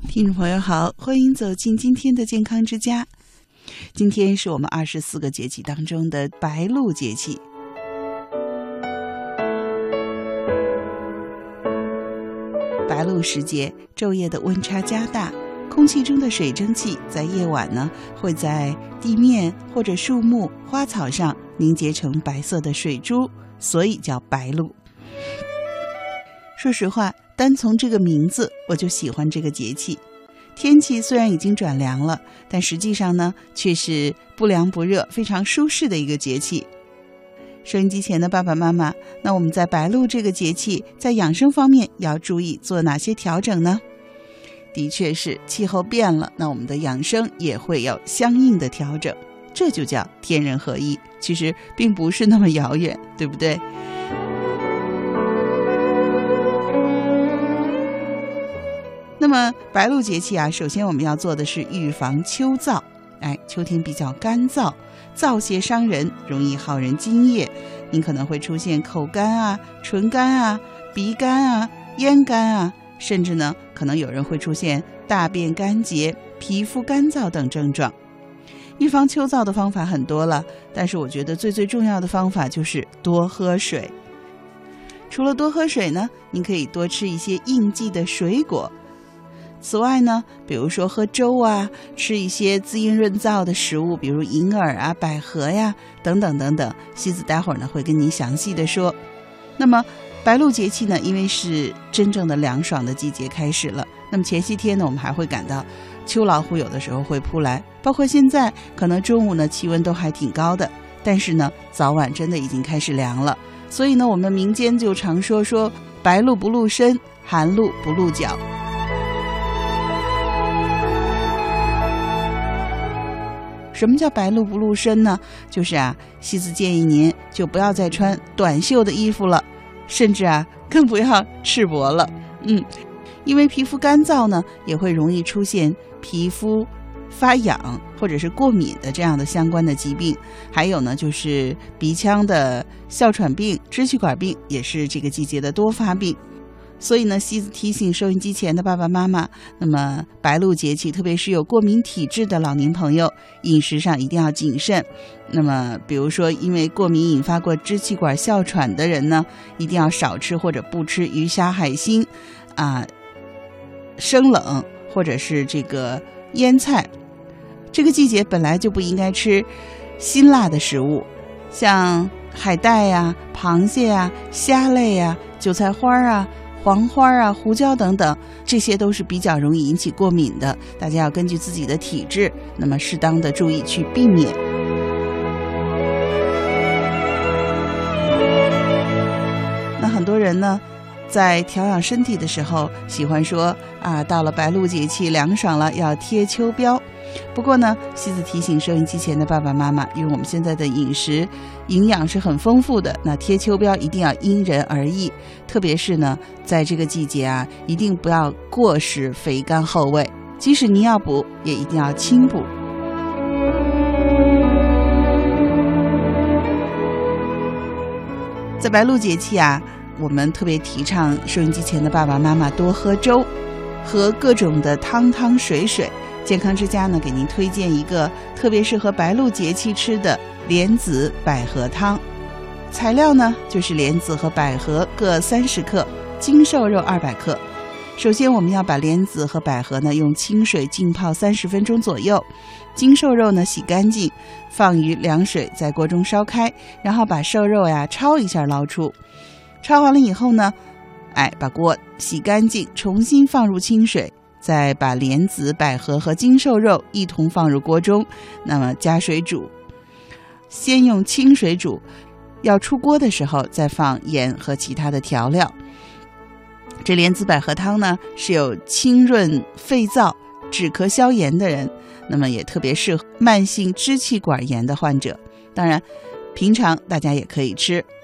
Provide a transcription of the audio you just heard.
听众朋友好，欢迎走进今天的健康之家。今天是我们24个节气当中的白露节气。白露时节，昼夜的温差加大，空气中的水蒸气在夜晚呢，会在地面或者树木、花草上凝结成白色的水珠，所以叫白露。说实话，单从这个名字我就喜欢这个节气。天气虽然已经转凉了，但实际上呢，却是不凉不热，非常舒适的一个节气。收音机前的爸爸妈妈，那我们在白露这个节气，在养生方面要注意做哪些调整呢？的确是气候变了，那我们的养生也会有相应的调整，这就叫天人合一。其实并不是那么遥远，对不对？那么白露节气啊，首先我们要做的是预防秋燥。秋天比较干燥，燥邪伤人，容易耗人津液，您可能会出现口干啊、唇干啊、鼻干啊、咽干啊，甚至呢，可能有人会出现大便干结、皮肤干燥等症状。预防秋燥的方法很多了，但是我觉得最重要的方法就是多喝水。除了多喝水呢，您可以多吃一些应季的水果。此外呢，比如说喝粥啊，吃一些滋阴润燥的食物，比如银耳啊、百合呀等等等等。西子待会儿呢会跟您详细的说。那么白露节气呢，因为是真正的凉爽的季节开始了，那么前些天呢，我们还会感到秋老虎有的时候会扑来，包括现在可能中午呢气温都还挺高的，但是呢早晚真的已经开始凉了。所以呢，我们民间就常说白露不露身，寒露不露脚。什么叫白露不露身呢？就是西子建议您就不要再穿短袖的衣服了，甚至更不要赤膊了。因为皮肤干燥呢，也会容易出现皮肤发痒或者是过敏的这样的相关的疾病。还有呢，就是鼻腔的哮喘病、支气管病也是这个季节的多发病。所以呢，西子提醒收音机前的爸爸妈妈，那么白露节气，特别是有过敏体质的老年朋友，饮食上一定要谨慎。那么比如说因为过敏引发过支气管哮喘的人呢，一定要少吃或者不吃鱼虾海星生冷或者是这个腌菜。这个季节本来就不应该吃辛辣的食物，像海带呀、螃蟹呀、虾类呀、韭菜花啊、黄花啊、胡椒等等，这些都是比较容易引起过敏的，大家要根据自己的体质，那么适当的注意去避免。那很多人呢，在调养身体的时候，喜欢说到了白露节气凉爽了，要贴秋膘。不过呢，西子提醒收音机前的爸爸妈妈，因为我们现在的饮食营养是很丰富的，那贴秋膘一定要因人而异，特别是呢，在这个季节一定不要过食肥甘厚味，即使您要补，也一定要轻补。在白露节气我们特别提倡收音机前的爸爸妈妈多喝粥，喝各种的汤水。健康之家呢，给您推荐一个特别适合白露节气吃的莲子百合汤。材料呢，就是莲子和百合各30克，精瘦肉200克。首先我们要把莲子和百合呢用清水浸泡30分钟左右，精瘦肉呢洗干净，放于凉水在锅中烧开，然后把瘦肉焯一下捞出。焯完了以后呢，把锅洗干净，重新放入清水，再把莲子、百合和精瘦肉一同放入锅中，那么加水煮。先用清水煮，要出锅的时候再放盐和其他的调料。这莲子百合汤呢，是有清润肺燥、止咳消炎的人，那么也特别适合慢性支气管炎的患者。当然，平常大家也可以吃。